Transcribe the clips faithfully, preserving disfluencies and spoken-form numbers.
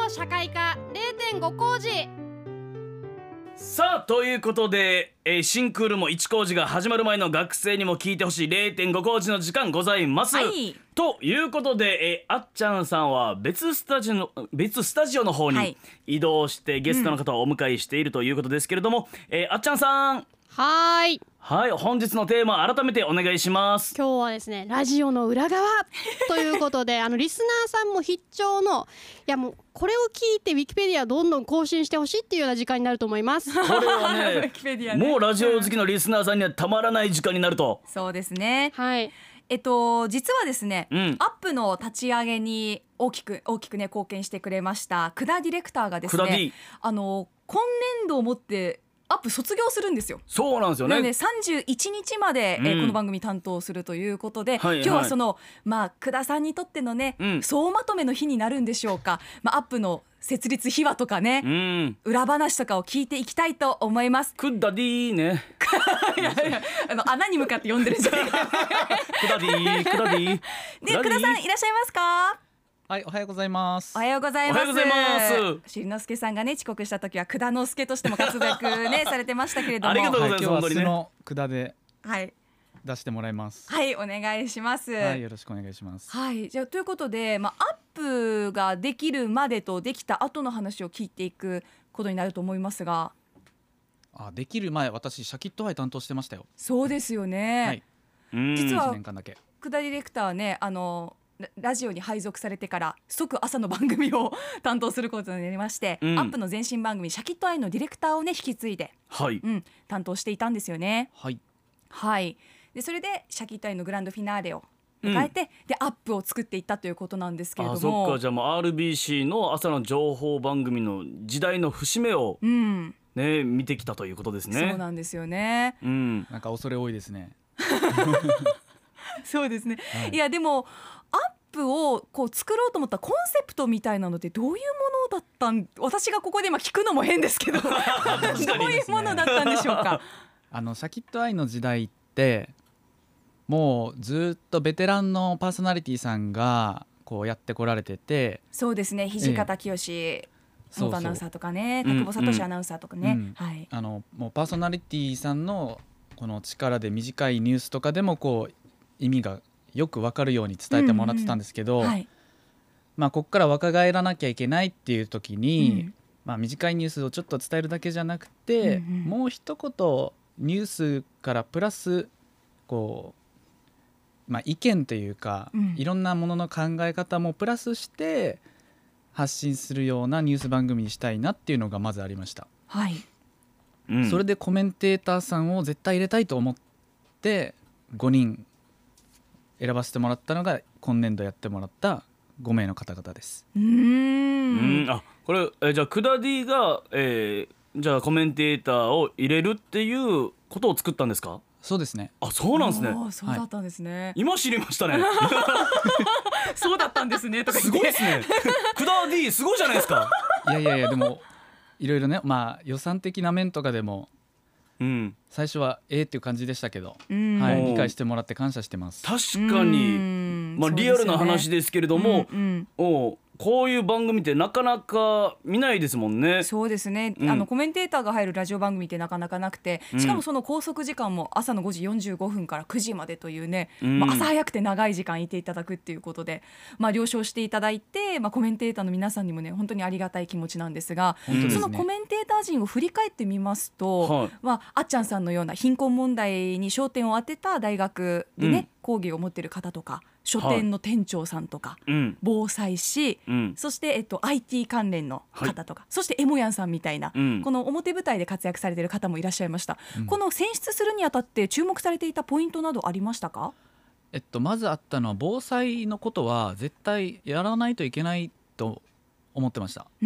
社会科 れいてんご 工事。 さあということで、えー、新クールもいち工事が始まる前の学生にも聞いてほしい れいてんご 工事の時間ございます、 はい、 ということで、えー、あっちゃんさんは別スタジオの別スタジオの方はいに移動してゲストの方をお迎えしているということですけれども、うんえー、あっちゃんさん、 はーい、 はい本日のテーマ改めてお願いします。 今日はですねラジオの裏側ということであのリスナーさんも必聴の、いやもうこれを聞いてウィキペディアどんどん更新してほしいっていうような時間になると思います。 これはねねもうラジオ好きのリスナーさんにはたまらない時間になると。 そうですね。 はいえっと実はですね、 うん、 アップの立ち上げに大きく大きくね貢献してくれました久田ディレクターがですね、あの今年度をもってアップ卒業するんですよ。 そうなんですよね。 なのでさんじゅういちにちまで、 うんえーこの番組担当するということで、 はいはい、 今日はその、まあ、久田さんにとってのね、うん、総まとめの日になるんでしょうか、まあ、アップの設立秘話とかね、うん、裏話とかを聞いていきたいと思います。 くだディーねいやいやあの穴に向かって読んでるんじゃないかくだディーくだディーで久田さんいらっしゃいますか？ はい、おはようございます。 おはようございます。 おはようございます。 しりのすけさんがね遅刻した時は久田之助としても活躍ねされてましたけれども、 ありがとうございます。 はい、今日は素の久田で出してもらいます。 はい、はい、お願いします。 はい、よろしくお願いします。 はい、じゃあということで、まあ、アップができるまでとできた後の話を聞いていくことになると思いますが、 あ、できる前私シャキットハイ担当してましたよ。 そうですよね、はい、実は久田ディレクターはねあのラジオに配属されてから即朝の番組を担当することになりまして、うん、アップの前身番組シャキットアイのディレクターをね引き継いで、 はいうん、担当していたんですよね。 はい、 はい、でそれでシャキットアイのグランドフィナーレを迎えて、うん、でアップを作っていったということなんですけれども、 あ、そっか、じゃあもう アールビーシー の朝の情報番組の時代の節目を、うんね、見てきたということですね。 そうなんですよね、 うん、なんか恐れ多いですねそうですね、はい、いやでもアップをこう作ろうと思ったコンセプトみたいなのってどういうものだったん、私がここで今聞くのも変ですけどどういうものだったんでしょうか。 あのシャキットアイの時代ってもうずっとベテランのパーソナリティさんがこうやってこられてて、 そうですね、土方清元アナウンサーとかね、田久保聡アナウンサーとかね、うんうんはい、 あのもうパーソナリティさんのこの力で短いニュースとかでもこう意味がよく分かるように伝えてもらってたんですけど、うんうんはい、まあここから若返らなきゃいけないっていう時に、うんまあ、短いニュースをちょっと伝えるだけじゃなくて、うんうん、もう一言ニュースからプラスこう、まあ、意見というか、うん、いろんなものの考え方もプラスして発信するようなニュース番組にしたいなっていうのがまずありました。 はいうん、それでコメンテーターさんを絶対入れたいと思ってごにん選ばせてもらったのが今年度やってもらったごめいの方々です。 うーん、 うん、あ、これえじゃあクダディが、えー、じゃあコメンテーターを入れるっていうことを作ったんですか？ そうですね。 あ、そうなんですね。 そうだったんですね、はい、 今知りましたねそうだったんですねとか言ってすごいですねクダディすごいじゃないですかいやいやいやでもいろいろね、まあ予算的な面とかでもうん、最初はええっていう感じでしたけど、はい、理解してもらって感謝してます。 確かに、まあ、リアルな話ですけれども、うんうん、おこういう番組ってなかなか見ないですもんね。 そうですね、うん、あのコメンテーターが入るラジオ番組ってなかなかなくて、しかもその拘束時間も朝のごじよんじゅうごふんからくじまでというね、うん、まあ、朝早くて長い時間いていただくっていうことで、まあ、了承していただいて、まあ、コメンテーターの皆さんにもね本当にありがたい気持ちなんですが、うん、そのコメンテーター陣を振り返ってみますと、はい、まあ、あっちゃんさんのような貧困問題に焦点を当てた大学でね、うん、講義を持っている方とか、書店の店長さんとか、はい、防災士、うん、そして、えっと、アイティー 関連の方とか、はい、そしてエモヤンさんみたいな、うん、この表舞台で活躍されている方もいらっしゃいました、うん、この選出するにあたって注目されていたポイントなどありましたか？ えっと、まずあったのは防災のことは絶対やらないといけないと思ってました、うん、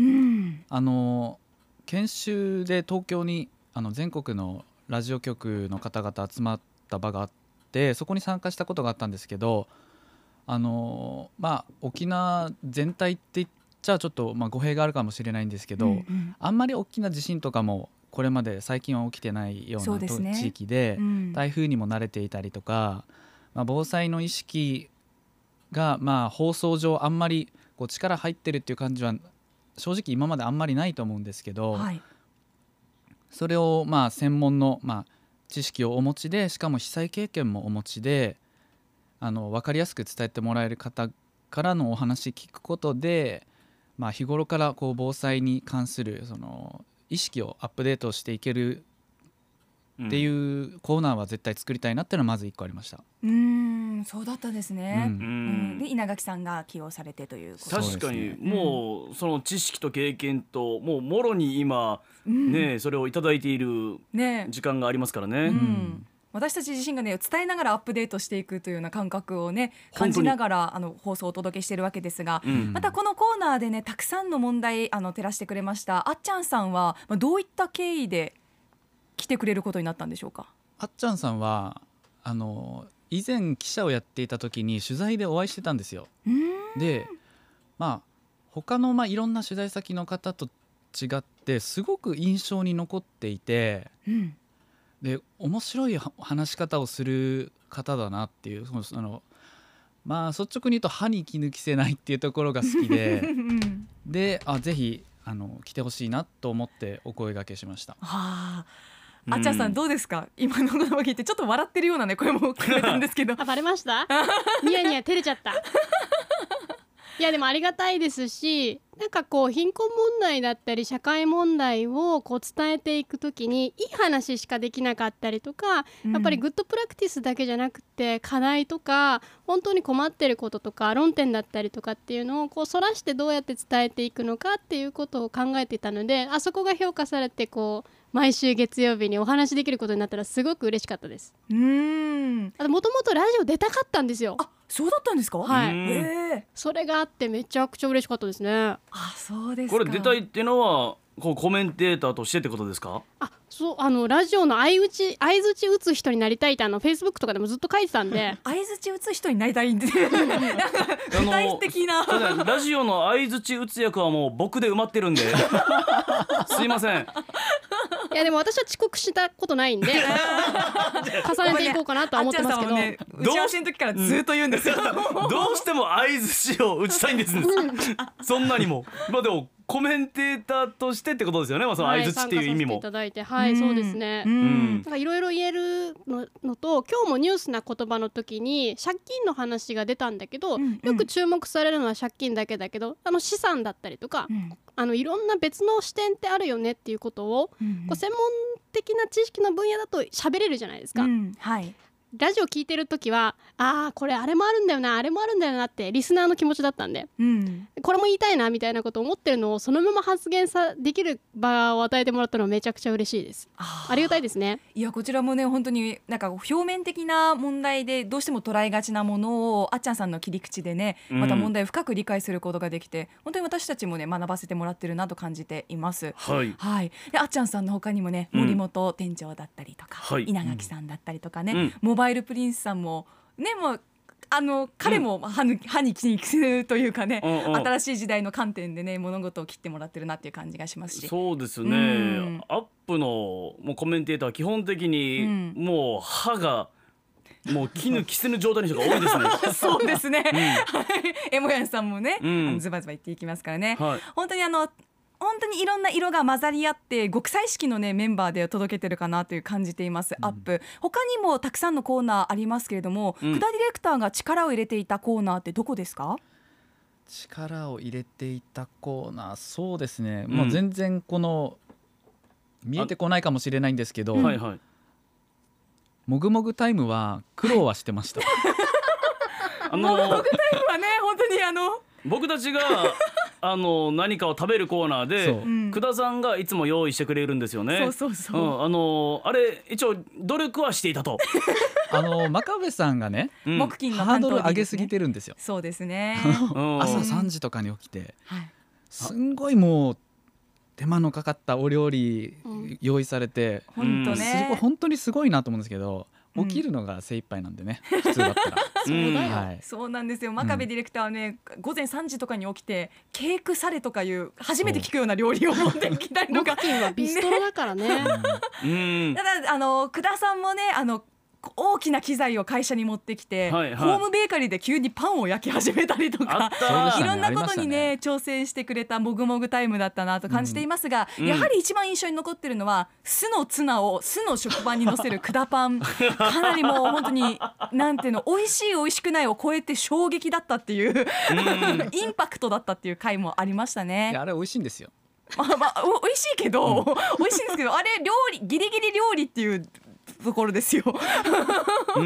あの研修で東京にあの全国のラジオ局の方々集まった場があって、そこに参加したことがあったんですけど、あのまあ、沖縄全体って言っちゃちょっと、まあ、語弊があるかもしれないんですけど、うんうん、あんまり大きな地震とかもこれまで最近は起きてないようなう、ね、地域で、うん、台風にも慣れていたりとか、まあ、防災の意識が、まあ、放送上あんまりこう力入ってるっていう感じは正直今まであんまりないと思うんですけど、 はい、 それをまあ専門のまあ知識をお持ちで、しかも被災経験もお持ちで、あの分かりやすく伝えてもらえる方からのお話聞くことで、まあ、日頃からこう防災に関するその意識をアップデートしていけるっていうコーナーは絶対作りたいなっていうのはまずいっこありました。 うーん、そうだったですね。 うんうんで稲垣さんが起用されてということ確かにそうですもうその知識と経験ともうもろに今ねそれをいただいているね時間がありますからね。 うん私たち自身がね伝えながらアップデートしていくというような感覚をね感本当にじながらあの放送をお届けしているわけですが、 うんまたこのコーナーでねたくさんの問題あの照らしてくれましたあっちゃんさんは、まあ、どういった経緯で来てくれることになったんでしょうか。 あっちゃんさんはあの以前記者をやっていた時に取材でお会いしてたんですよ。 うーんでまあ他のまあいろんな取材先の方と違ってすごく印象に残っていて、 うんで面白いは話し方をする方だなっていう、そのそのまあ率直に言うと歯に衣着せないっていうところが好きでうんであぜひあの来てほしいなと思ってお声掛けしました。 はああっちゃんさんどうですか、今の言葉聞いてちょっと笑ってるようなね声も聞こえたんですけどあ、バレましたニヤニヤ照れちゃったいやでもありがたいですし、なんかこう貧困問題だったり社会問題をこう伝えていくときにいい話しかできなかったりとか、やっぱりグッドプラクティスだけじゃなくて課題とか本当に困ってることとか論点だったりとかっていうのをこうそらしてどうやって伝えていくのかっていうことを考えていたので、あそこが評価されてこう毎週月曜日にお話できることになったらすごく嬉しかったです。 うーんあともともとラジオ出たかったんですよ。 あそうだったんですか。 はいうんえーそれがあってめちゃくちゃ嬉しかったですね。 あそうですか。 これ出たいっていうのはこうコメンテーターとしてってことですか？ あ、そう、あのラジオの相打ち相づち打つ人になりたいってあのフェイスブックとかでもずっと書いてたんで相づち打つ人になりたいんでなんか具体的なただラジオの相づち打つ役はもう僕で埋まってるんですいません。 いやでも私は遅刻したことないんで重ねていこうかなとは思ってますけど、 あっちゃんさんはね、打ち合わせの時からずっと言うんですよ、 どうしても相づちを打ちたいんですそんなにもまあでもコメンテーターとしてってことですよね、まあ、その相づちっていう意味も、 はい、参加させていただいて、はい、そうですね。 ううんんなんかいろいろ言える の, のと今日もニュースな言葉の時に借金の話が出たんだけど、 うんうんよく注目されるのは借金だけだけど、あの資産だったりとか、 うんあのいろんな別の視点ってあるよねっていうことを、 うんこう専門的な知識の分野だと喋れるじゃないですか。 うんはいラジオ聞いてる時はあーこれあれもあるんだよなあれもあるんだよなってリスナーの気持ちだったんで、 うんこれも言いたいなみたいなことを思ってるのをそのまま発言さできる場を与えてもらったのはめちゃくちゃ嬉しいです。 あありがたいですね。 いやこちらもね本当になんか表面的な問題でどうしても捉えがちなものをあっちゃんさんの切り口でねうんまた問題を深く理解することができて、本当に私たちもね学ばせてもらってるなと感じています。 はいはい、であっちゃんさんの他にもねうん森本店長だったりとか、 はい稲垣さんだったりとかね、 うんモバイルプリンスさんもねもうあの彼も歯に歯に気にするというかね、 うんうん新しい時代の観点でね物事を切ってもらってるなっていう感じがしますし。 そうですうねんアップのもうコメンテーターは基本的にうんもう歯がもう絹着せぬ状態の人が多いですねそうですね、はいえもやんさんもね、 うんあのズバズバ言っていきますからね、 はい本当にあの本当にいろんな色が混ざり合って極彩色のねメンバーで届けてるかなという感じています、アップ他にもたくさんのコーナーありますけれども、 うん久田ディレクターが力を入れていたコーナーってどこですか？ 力を入れていたコーナー、そうですね、 うんもう全然この見えてこないかもしれないんですけど、 はいはいもぐもぐタイムは苦労はしてましたあのタイムはね本当にあの僕たちがあの何かを食べるコーナーでそううん久田さんがいつも用意してくれるんですよね。 そうそうそう、 うん、あのあれ一応努力はしていたと、 あの真壁さんがねうん木金のハードル上げですねすぎてるんですよそうですね、 うん朝さんじとかに起きてはい、 すんごいもう手間のかかったお料理うん用意されて、 本当すごいね、 本当にすごいなと思うんですけど、 うん起きるのが精一杯なんでね、普通だったらうんそうだよはい、 そうなんですよ真壁ディレクターはね、午前さんじとかに起きてケークサレとかいう初めて聞くような料理を持ってきたりとか木金はビストロだからねうんただあの久田さんもねあの大きな機材を会社に持ってきて、 はいはい、 ホームベーカリーで急にパンを焼き始めたりとか、いろんなことにね挑戦してくれたもぐもぐタイムだったなと感じていますが、うん、やはり一番印象に残ってるのは酢のツナを酢の食パンに乗せるくだパンかなりもう本当になんていうの、美味しい美味しくないを超えて衝撃だったっていう、うん、インパクトだったっていう回もありましたね。 いやあれ美味しいんですよ。 まあまあ、美味しいけど、うん、美味しいんですけど、あれ料理ギリギリ料理っていうところですよ。 うん、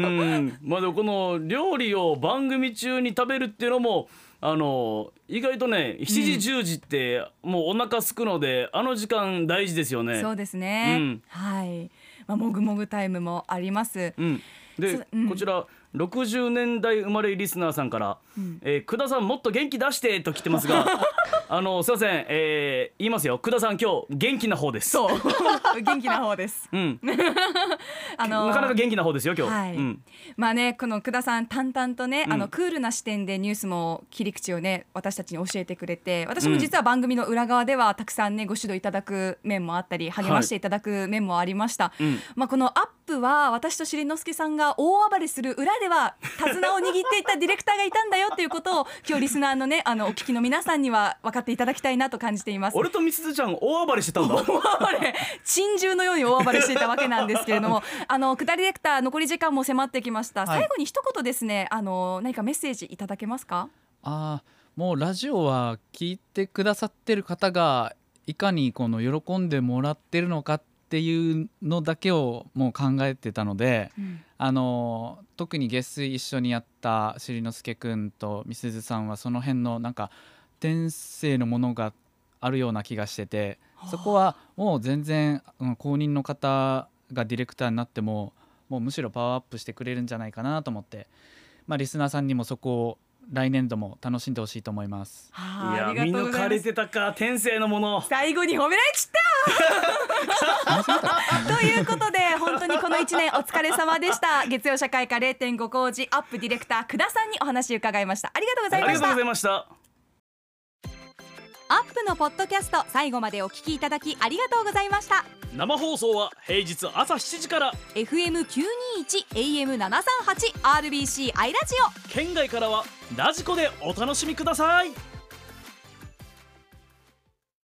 まあ、でもこの料理を番組中に食べるっていうのもあの意外とねしちじじゅうじってもうお腹すくので、うん、あの時間大事ですよね。 そうですね、うん、はい、まあ、もぐもぐタイムもあります、うん、 で、うん、こちらろくじゅうねんだい生まれリスナーさんから、うん、えー、久田さんもっと元気出してと来てますがあのすいません、えー、言いますよ、久田さん今日元気な方です。 そう元気な方です、うん、 あのー、なかなか元気な方ですよ今日、 はい、うん、まあね、この久田さん淡々とね、うん、あのクールな視点でニュースも切り口をね私たちに教えてくれて、私も実は番組の裏側ではたくさんねご指導いただく面もあったり励ましていただく面もありました、はい、うん、まあ、このアップは私としりのすけさんが大暴れする裏では手綱を握っていたディレクターがいたんだよっていうことを今日リスナーのねあのお聞きの皆さんには分かっていただきたいなと感じています。 俺とみすずちゃん大暴れしてたんだ。大暴れ、珍獣のように大暴れしていたわけなんですけれどもあのくだりディレクター残り時間も迫ってきました、はい、最後に一言ですね、あの何かメッセージいただけますか？ あ、もうラジオは聞いてくださってる方がいかにこの喜んでもらってるのかっていうのだけをもう考えてたので、うん、あの特に月水一緒にやったしりのすけくんとみすずさんはその辺のなんか天性のものがあるような気がしてて、そこはもう全然、うん、公認の方がディレクターになってももうむしろパワーアップしてくれるんじゃないかなと思って、まあ、リスナーさんにもそこを来年度も楽しんでほしいと思います。 いや、見抜かれてたか、天性のもの。 最後に褒められちったということで本当にこのいちねんお疲れ様でした。月曜社会科 れいてんご 工事アップディレクター久田さんにお話伺いました。ありがとうございました。 ありがとうございました。 アップのポッドキャスト、最後までお聞きいただきありがとうございました。 生放送は平日朝しちじからエフエムきゅうにいち エーエムななさんはち アールビーシー アイラジオ、 県外からはラジコでお楽しみください。